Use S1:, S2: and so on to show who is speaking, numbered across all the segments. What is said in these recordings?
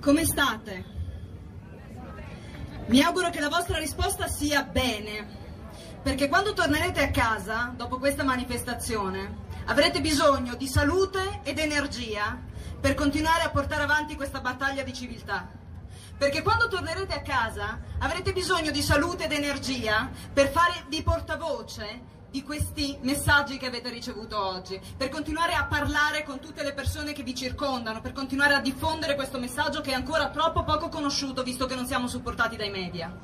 S1: Come state? Mi auguro che la vostra risposta sia bene, perché quando tornerete a casa, dopo questa manifestazione, avrete bisogno di salute ed energia per continuare a portare avanti questa battaglia di civiltà. Perché quando tornerete a casa avrete bisogno di salute ed energia per fare di portavoce di questi messaggi che avete ricevuto oggi, per continuare a parlare con tutte le persone che vi circondano, per continuare a diffondere questo messaggio che è ancora troppo poco conosciuto visto che non siamo supportati dai media.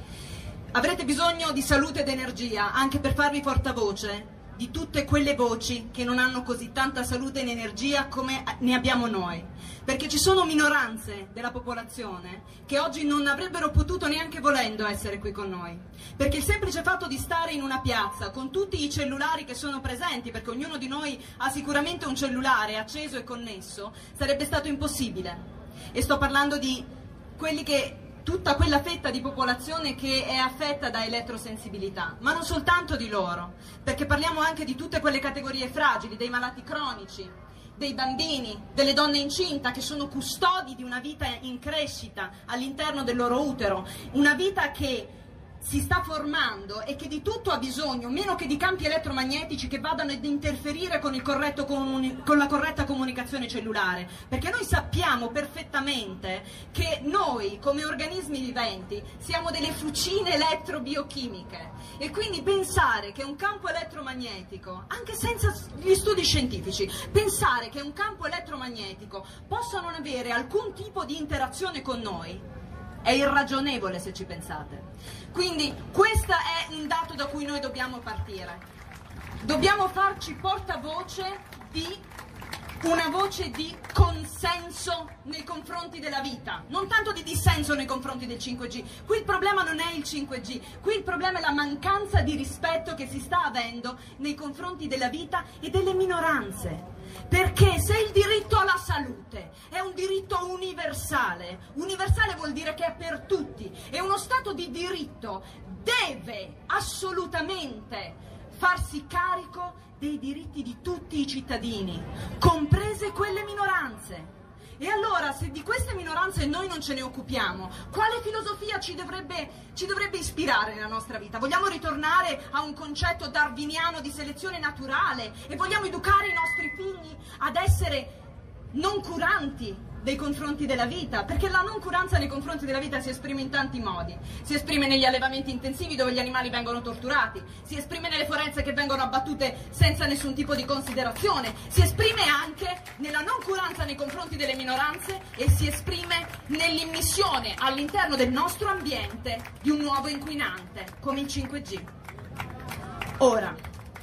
S1: Avrete bisogno di salute ed energia anche per farvi portavoce di tutte quelle voci che non hanno così tanta salute ed energia come ne abbiamo noi, perché ci sono minoranze della popolazione che oggi non avrebbero potuto neanche volendo essere qui con noi, perché il semplice fatto di stare in una piazza con tutti i cellulari che sono presenti, perché ognuno di noi ha sicuramente un cellulare acceso e connesso, sarebbe stato impossibile. E sto parlando di quelli che tutta quella fetta di popolazione che è affetta da elettrosensibilità, ma non soltanto di loro, perché parliamo anche di tutte quelle categorie fragili, dei malati cronici, dei bambini, delle donne incinta che sono custodi di una vita in crescita all'interno del loro utero, una vita che si sta formando e che di tutto ha bisogno, meno che di campi elettromagnetici che vadano ad interferire con la corretta comunicazione cellulare, perché noi sappiamo perfettamente che noi come organismi viventi siamo delle fucine elettrobiochimiche e quindi pensare che un campo elettromagnetico, anche senza gli studi scientifici, pensare che un campo elettromagnetico possa non avere alcun tipo di interazione con noi è irragionevole se ci pensate. Quindi questo è un dato da cui noi dobbiamo partire. Dobbiamo farci portavoce di una voce di consenso nei confronti della vita, non tanto di dissenso nei confronti del 5G. Qui il problema non è il 5G, qui il problema è la mancanza di rispetto che si sta avendo nei confronti della vita e delle minoranze. Perché se il diritto alla salute è un diritto universale, universale vuol dire che è per tutti, e uno Stato di diritto deve assolutamente farsi carico dei diritti di tutti i cittadini, comprese quelle minoranze. E allora, se di queste minoranze noi non ce ne occupiamo, quale filosofia ci dovrebbe ispirare nella nostra vita? Vogliamo ritornare a un concetto darwiniano di selezione naturale e vogliamo educare i nostri figli ad essere non curanti nei confronti della vita? Perché la noncuranza nei confronti della vita si esprime in tanti modi. Si esprime negli allevamenti intensivi dove gli animali vengono torturati, si esprime nelle foreste che vengono abbattute senza nessun tipo di considerazione, si esprime anche nella noncuranza nei confronti delle minoranze e si esprime nell'immissione all'interno del nostro ambiente di un nuovo inquinante come il 5G. Ora,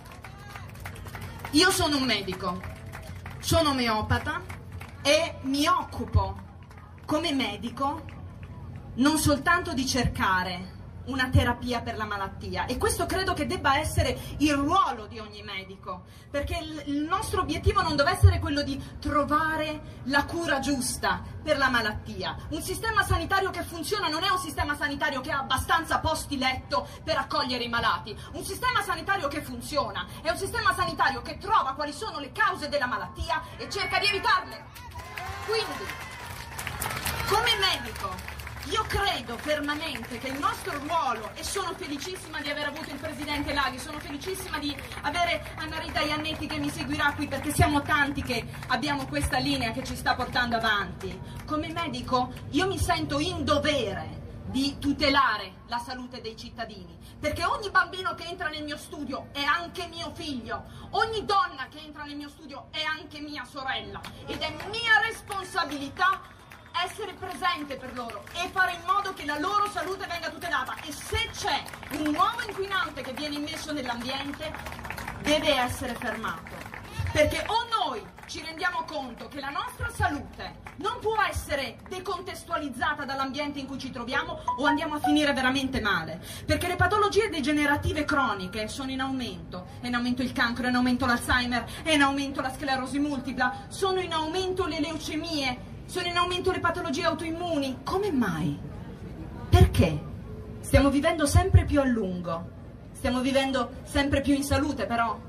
S1: io sono un medico, sono omeopata e mi occupo come medico non soltanto di cercare una terapia per la malattia, e questo credo che debba essere il ruolo di ogni medico, perché il nostro obiettivo non deve essere quello di trovare la cura giusta per la malattia. Un sistema sanitario che funziona non è un sistema sanitario che ha abbastanza posti letto per accogliere i malati. Un sistema sanitario che funziona è un sistema sanitario che trova quali sono le cause della malattia e cerca di evitarle. Quindi, come medico, io credo fermamente che il nostro ruolo, e sono felicissima di aver avuto il Presidente Laghi, sono felicissima di avere Anna Rita Iannetti che mi seguirà qui, perché siamo tanti che abbiamo questa linea che ci sta portando avanti. Come medico io mi sento in dovere di tutelare la salute dei cittadini, perché ogni bambino che entra nel mio studio è anche mio figlio, ogni donna che entra nel mio studio è anche mia sorella, ed è mia responsabilità essere presente per loro e fare in modo che la loro salute venga tutelata. E se c'è un nuovo inquinante che viene immesso nell'ambiente, deve essere fermato, perché o noi ci rendiamo conto che la nostra salute non può essere decontestualizzata dall'ambiente in cui ci troviamo, o andiamo a finire veramente male, perché le patologie degenerative croniche sono in aumento. È in aumento il cancro, è in aumento l'Alzheimer, è in aumento la sclerosi multipla, sono in aumento le leucemie, sono in aumento le patologie autoimmuni. Come mai? Perché? Stiamo vivendo sempre più a lungo, stiamo vivendo sempre più in salute, però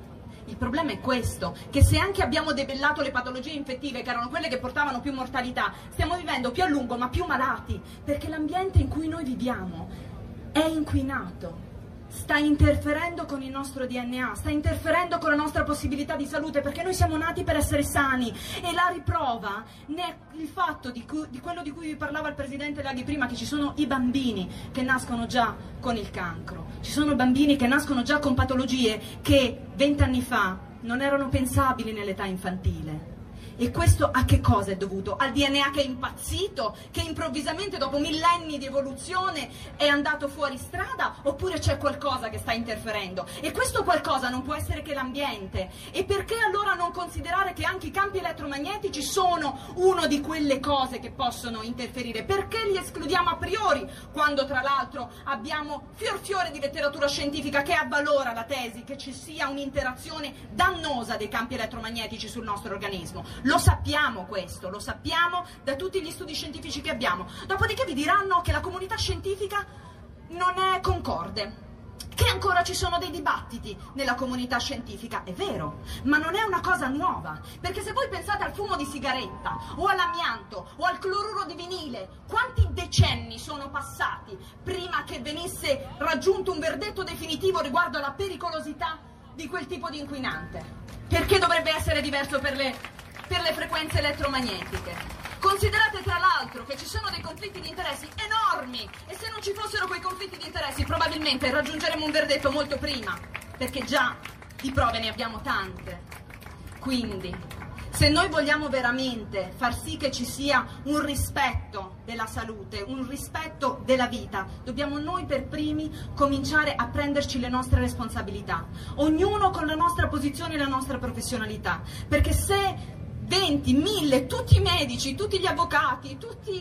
S1: Il problema è questo, che se anche abbiamo debellato le patologie infettive, che erano quelle che portavano più mortalità, stiamo vivendo più a lungo ma più malati, perché l'ambiente in cui noi viviamo è inquinato. Sta interferendo con il nostro DNA, sta interferendo con la nostra possibilità di salute, perché noi siamo nati per essere sani, e la riprova ne è il fatto di quello di cui vi parlava il presidente Laghi prima, che ci sono i bambini che nascono già con il cancro, ci sono bambini che nascono già con patologie che 20 anni fa non erano pensabili nell'età infantile. E questo a che cosa è dovuto? Al DNA che è impazzito, che improvvisamente dopo millenni di evoluzione è andato fuori strada, oppure c'è qualcosa che sta interferendo? E questo qualcosa non può essere che l'ambiente. E perché allora non considerare che anche i campi elettromagnetici sono una di quelle cose che possono interferire? Perché li escludiamo a priori, quando tra l'altro abbiamo fior di letteratura scientifica che avvalora la tesi che ci sia un'interazione dannosa dei campi elettromagnetici sul nostro organismo? Lo sappiamo questo, lo sappiamo da tutti gli studi scientifici che abbiamo. Dopodiché vi diranno che la comunità scientifica non è concorde, che ancora ci sono dei dibattiti nella comunità scientifica. È vero, ma non è una cosa nuova, perché se voi pensate al fumo di sigaretta o all'amianto o al cloruro di vinile, quanti decenni sono passati prima che venisse raggiunto un verdetto definitivo riguardo alla pericolosità di quel tipo di inquinante? Perché dovrebbe essere diverso per le frequenze elettromagnetiche? Considerate tra l'altro che ci sono dei conflitti di interessi enormi, e se non ci fossero quei conflitti di interessi probabilmente raggiungeremo un verdetto molto prima, perché già di prove ne abbiamo tante. Quindi, se noi vogliamo veramente far sì che ci sia un rispetto della salute, un rispetto della vita, dobbiamo noi per primi cominciare a prenderci le nostre responsabilità, ognuno con la nostra posizione e la nostra professionalità, perché se 20, 1000, tutti i medici, tutti gli avvocati, tutti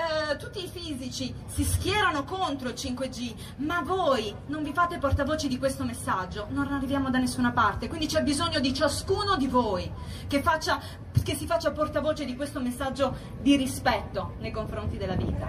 S1: i fisici si schierano contro il 5G, ma voi non vi fate portavoci di questo messaggio, non arriviamo da nessuna parte. Quindi c'è bisogno di ciascuno di voi che si faccia portavoce di questo messaggio di rispetto nei confronti della vita.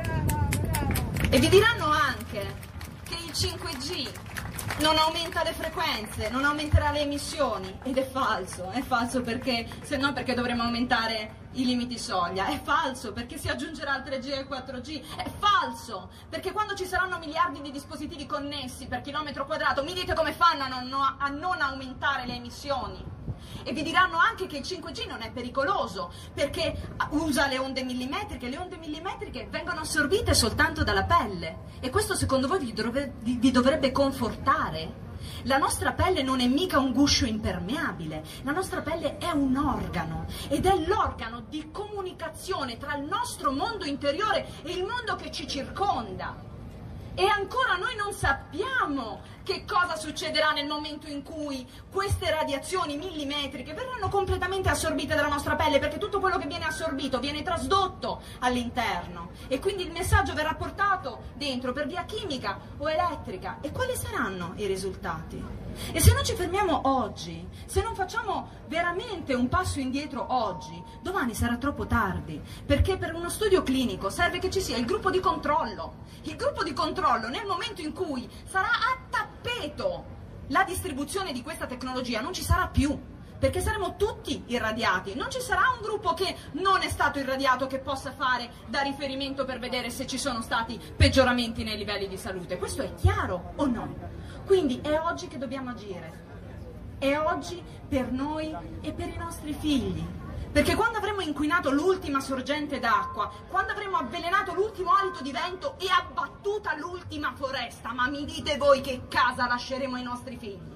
S1: E vi diranno anche che il 5G non aumenta le frequenze, non aumenterà le emissioni, ed è falso perché dovremo aumentare i limiti soglia, è falso perché si aggiungerà il 3G e il 4G, è falso perché quando ci saranno miliardi di dispositivi connessi per chilometro quadrato, mi dite come fanno a non aumentare le emissioni? E vi diranno anche che il 5G non è pericoloso perché usa le onde millimetriche vengono assorbite soltanto dalla pelle, e questo secondo voi vi dovrebbe confortare? La nostra pelle non è mica un guscio impermeabile, la nostra pelle è un organo, ed è l'organo di comunicazione tra il nostro mondo interiore e il mondo che ci circonda. E ancora noi non sappiamo che cosa succederà nel momento in cui queste radiazioni millimetriche verranno completamente assorbite dalla nostra pelle, perché tutto quello che viene assorbito viene trasdotto all'interno, e quindi il messaggio verrà portato dentro per via chimica o elettrica. E quali saranno i risultati? E se non ci fermiamo oggi, se non facciamo veramente un passo indietro oggi, domani sarà troppo tardi, perché per uno studio clinico serve che ci sia il gruppo di controllo. Il gruppo di controllo, nel momento in cui sarà a tappeto la distribuzione di questa tecnologia, non ci sarà più, perché saremo tutti irradiati. Non ci sarà un gruppo che non è stato irradiato che possa fare da riferimento per vedere se ci sono stati peggioramenti nei livelli di salute. Questo è chiaro o no? Quindi è oggi che dobbiamo agire, è oggi per noi e per i nostri figli, perché quando avremo inquinato l'ultima sorgente d'acqua, quando avremo avvelenato l'ultimo alito di vento e abbattuta l'ultima foresta, ma mi dite voi che casa lasceremo ai nostri figli?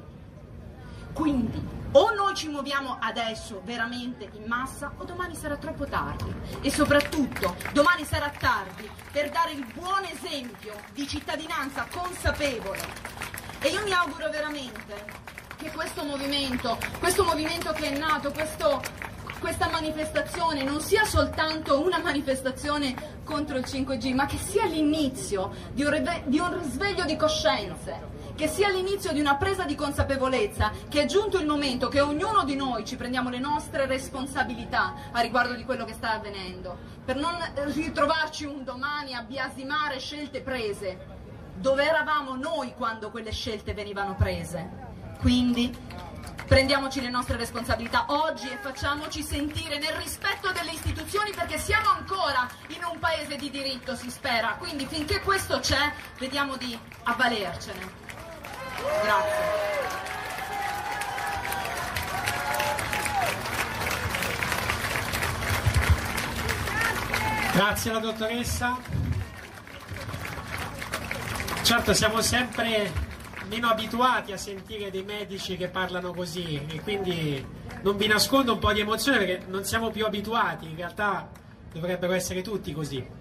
S1: Quindi o noi ci muoviamo adesso veramente in massa, o domani sarà troppo tardi, e soprattutto domani sarà tardi per dare il buon esempio di cittadinanza consapevole. E io mi auguro veramente che questo movimento che è nato, questa manifestazione non sia soltanto una manifestazione contro il 5G, ma che sia l'inizio di un risveglio di coscienze, che sia l'inizio di una presa di consapevolezza, che è giunto il momento che ognuno di noi ci prendiamo le nostre responsabilità a riguardo di quello che sta avvenendo, per non ritrovarci un domani a biasimare scelte prese. Dove eravamo noi quando quelle scelte venivano prese? Quindi Prendiamoci le nostre responsabilità oggi e facciamoci sentire nel rispetto delle istituzioni, perché siamo ancora in un paese di diritto, si spera. Quindi finché questo c'è, vediamo di avvalercene. Grazie.
S2: Grazie alla dottoressa. Certo, siamo sempre meno abituati a sentire dei medici che parlano così e quindi non vi nascondo un po' di emozione perché non siamo più abituati, in realtà dovrebbero essere tutti così.